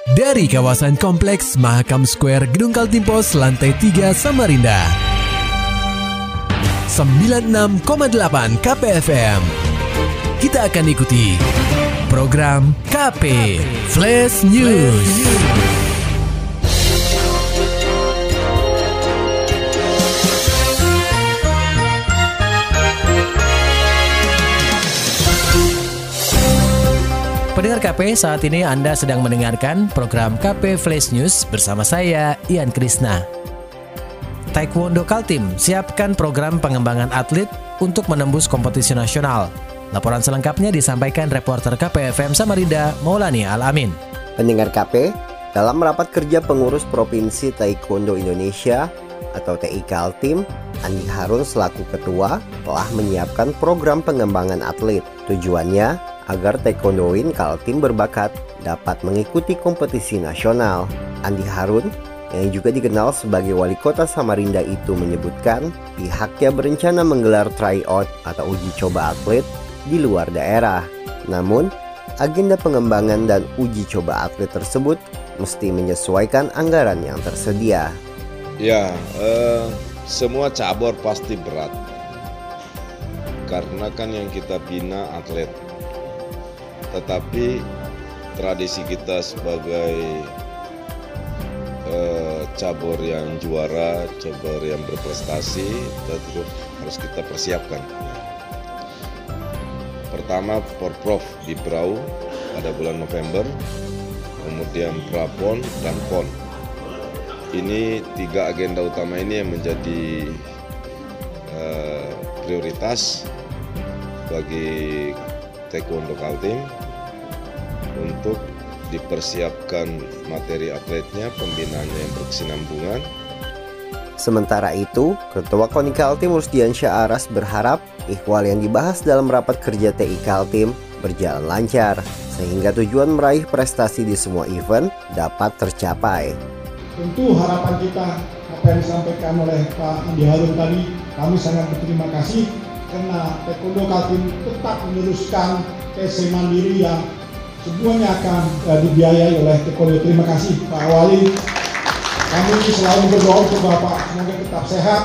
Dari kawasan Kompleks Mahakam Square Gedung Kaltim Pos lantai 3 Samarinda. 96,8 KPFM. Kita akan ikuti program KP Flash News. Pendengar KP, saat ini Anda sedang mendengarkan program KP Flash News bersama saya, Ian Krisna. Taekwondo Kaltim siapkan program pengembangan atlet untuk menembus kompetisi nasional. Laporan selengkapnya disampaikan reporter KPFM Samarinda, Maulani Al-Amin. Pendengar KP, dalam rapat kerja pengurus Provinsi Taekwondo Indonesia atau TI Kaltim, Andi Harun selaku ketua telah menyiapkan program pengembangan atlet. Tujuannya agar taekwondoin Kaltim berbakat dapat mengikuti kompetisi nasional. Andi Harun, yang juga dikenal sebagai wali kota Samarinda itu menyebutkan pihaknya berencana menggelar tryout atau uji coba atlet di luar daerah. Namun, agenda pengembangan dan uji coba atlet tersebut mesti menyesuaikan anggaran yang tersedia. Ya, semua cabur pasti berat. Karena kan yang kita bina atlet. Tetapi tradisi kita sebagai cabur yang juara, cabur yang berprestasi, tetap harus kita persiapkan. Pertama, Porprov di Brau pada bulan November, kemudian Prapon dan Pon. Ini 3 agenda utama ini yang menjadi prioritas bagi Taekwondo Kaltim untuk dipersiapkan materi atletnya, pembinaannya yang berkesinambungan. Sementara itu, Ketua KONI Kaltim Rusdiansyah Aras berharap ikhwal yang dibahas dalam rapat kerja TI Kaltim berjalan lancar, sehingga tujuan meraih prestasi di semua event dapat tercapai. Tentu harapan kita, apa yang disampaikan oleh Pak Andi Harun tadi, kami sangat berterima kasih karena Taekwondo Kaltim tetap meneruskan TC Mandiri yang semuanya akan dibiayai oleh Taekwondo. Terima kasih Pak Wali. Kami selalu berdoa untuk Bapak semoga tetap sehat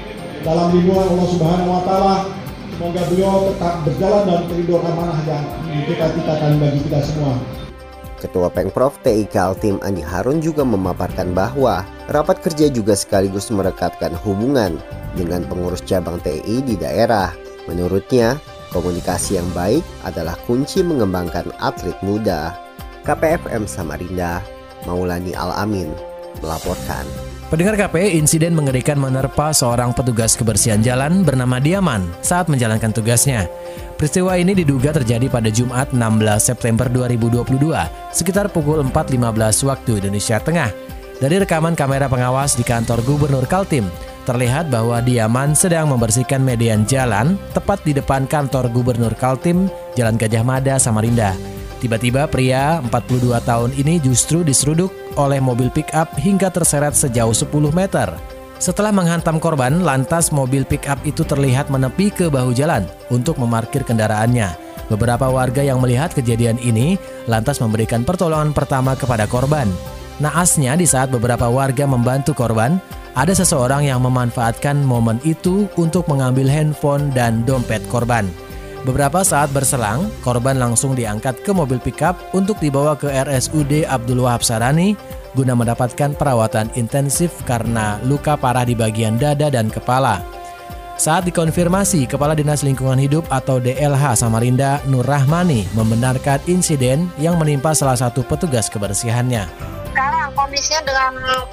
dalam lindungan Allah Subhanahu Wa Taala. Semoga beliau tetap berjalan dan koridor amanah yang dicita-citakan bagi kita semua. Ketua Pengprov TI Kaltim Andi Harun juga memaparkan bahwa rapat kerja juga sekaligus merekatkan hubungan dengan pengurus cabang TI di daerah. Menurutnya, komunikasi yang baik adalah kunci mengembangkan atlet muda. KPFM Samarinda, Maulani Al-Amin melaporkan. Pendengar KP, insiden mengerikan menerpa seorang petugas kebersihan jalan bernama Diaman saat menjalankan tugasnya. Peristiwa ini diduga terjadi pada Jumat 16 September 2022, sekitar pukul 4.15 waktu Indonesia Tengah. Dari rekaman kamera pengawas di kantor Gubernur Kaltim, terlihat bahwa Diaman sedang membersihkan median jalan tepat di depan kantor Gubernur Kaltim, Jalan Gajah Mada, Samarinda. Tiba-tiba pria 42 tahun ini justru diseruduk oleh mobil pick-up hingga terseret sejauh 10 meter. Setelah menghantam korban, lantas mobil pick-up itu terlihat menepi ke bahu jalan untuk memarkir kendaraannya. Beberapa warga yang melihat kejadian ini lantas memberikan pertolongan pertama kepada korban. Naasnya di saat beberapa warga membantu korban, ada seseorang yang memanfaatkan momen itu untuk mengambil handphone dan dompet korban. Beberapa saat berselang, korban langsung diangkat ke mobil pickup untuk dibawa ke RSUD Abdul Wahab Sarani guna mendapatkan perawatan intensif karena luka parah di bagian dada dan kepala. Saat dikonfirmasi, Kepala Dinas Lingkungan Hidup atau DLH Samarinda Nur Rahmani membenarkan insiden yang menimpa salah satu petugas kebersihannya. Sekarang kondisinya dengan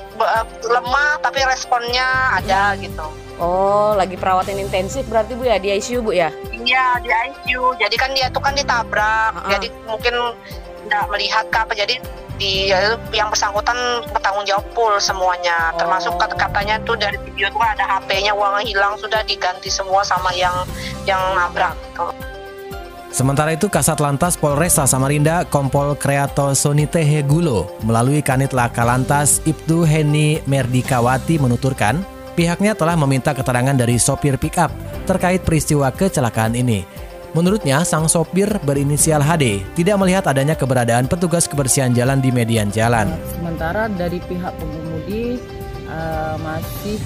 lemah tapi responnya ada gitu. Oh, lagi perawatan intensif berarti Bu ya, di ICU Bu ya? Iya, di ICU. Jadi kan dia tuh kan ditabrak. Jadi mungkin nggak melihat apa. Jadi yang bersangkutan bertanggung jawab full semuanya. Termasuk katanya tuh dari video tuh ada HP-nya uangnya hilang, sudah diganti semua sama yang nabrak. Sementara itu, Kasat Lantas Polresta Samarinda Kompol Kreato Sonitehe Gulo melalui Kanit Laka Lantas Ibtu Heni Merdikawati menuturkan, pihaknya telah meminta keterangan dari sopir pick-up terkait peristiwa kecelakaan ini. Menurutnya, sang sopir berinisial HD tidak melihat adanya keberadaan petugas kebersihan jalan di median jalan. Sementara dari pihak pengemudi masih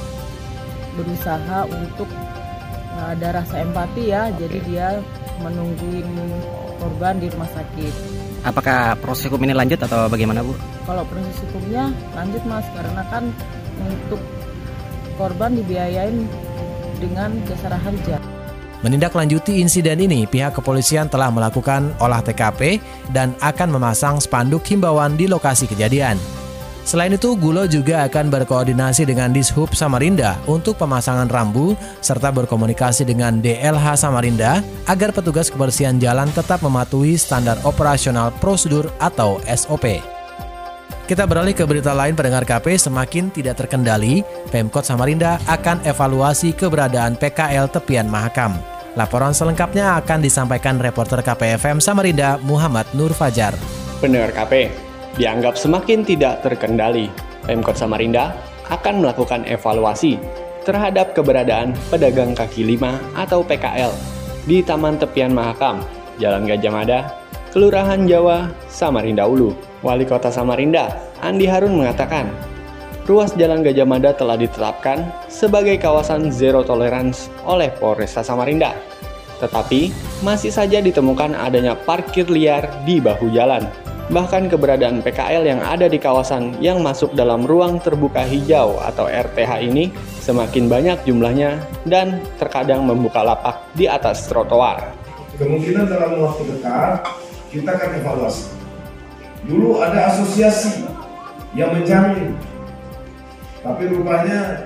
berusaha untuk ada rasa empati ya, jadi dia menungguin korban di rumah sakit. Apakah proses hukum ini lanjut atau bagaimana, Bu? Kalau proses hukumnya lanjut, Mas, karena kan untuk korban dibiayain dengan jasara harja. Menindaklanjuti insiden ini, pihak kepolisian telah melakukan olah TKP dan akan memasang spanduk himbauan di lokasi kejadian. Selain itu, Gulo juga akan berkoordinasi dengan Dishub Samarinda untuk pemasangan rambu serta berkomunikasi dengan DLH Samarinda agar petugas kebersihan jalan tetap mematuhi standar operasional prosedur atau SOP. Kita beralih ke berita lain, pendengar KP. Semakin tidak terkendali, Pemkot Samarinda akan evaluasi keberadaan PKL tepian Mahakam. Laporan selengkapnya akan disampaikan reporter KPFM Samarinda Muhammad Nur Fajar. Pendengar KP, dianggap semakin tidak terkendali, Pemkot Samarinda akan melakukan evaluasi terhadap keberadaan pedagang kaki lima atau PKL di Taman Tepian Mahakam, Jalan Gajah Mada, Kelurahan Jawa, Samarinda Ulu. Wali Kota Samarinda, Andi Harun mengatakan, ruas Jalan Gajah Mada telah ditetapkan sebagai kawasan zero tolerance oleh Polresta Samarinda. Tetapi, masih saja ditemukan adanya parkir liar di bahu jalan. Bahkan keberadaan PKL yang ada di kawasan yang masuk dalam ruang terbuka hijau atau RTH ini semakin banyak jumlahnya dan terkadang membuka lapak di atas trotoar. Kemungkinan dalam waktu dekat kita akan evaluasi. Dulu ada asosiasi yang menjamin, tapi rupanya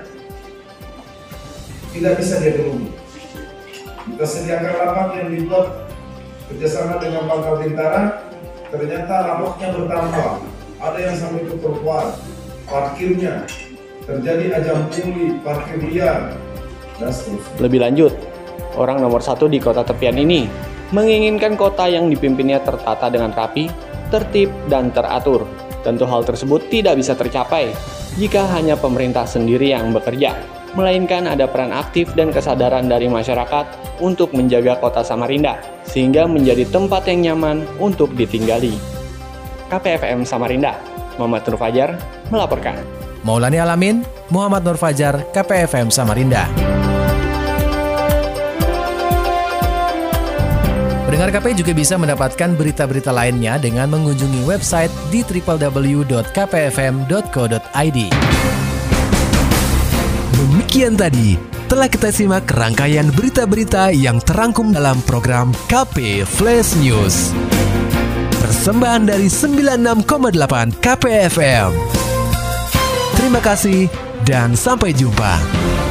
tidak bisa dia penuhi. Kita sediakan lapak yang dibuat kerjasama dengan Pangkal Bintara, ternyata lapaknya bertambah. Ada yang sampai ke trotoar, parkirnya terjadi ajang pungli, parkir liar, dan seterusnya. Lebih lanjut, orang nomor 1 di kota tepian ini menginginkan kota yang dipimpinnya tertata dengan rapi, tertib, dan teratur. Tentu hal tersebut tidak bisa tercapai jika hanya pemerintah sendiri yang bekerja, melainkan ada peran aktif dan kesadaran dari masyarakat untuk menjaga kota Samarinda, sehingga menjadi tempat yang nyaman untuk ditinggali. KPFM Samarinda, Muhammad Nur Fajar melaporkan. Maulani Alamin, Muhammad Nur Fajar, KPFM Samarinda. Pendengar KP juga bisa mendapatkan berita-berita lainnya dengan mengunjungi website di www.kpfm.co.id. Demikian tadi telah kita simak rangkaian berita-berita yang terangkum dalam program KP Flash News. Persembahan dari 96,8 KPFM. Terima kasih dan sampai jumpa.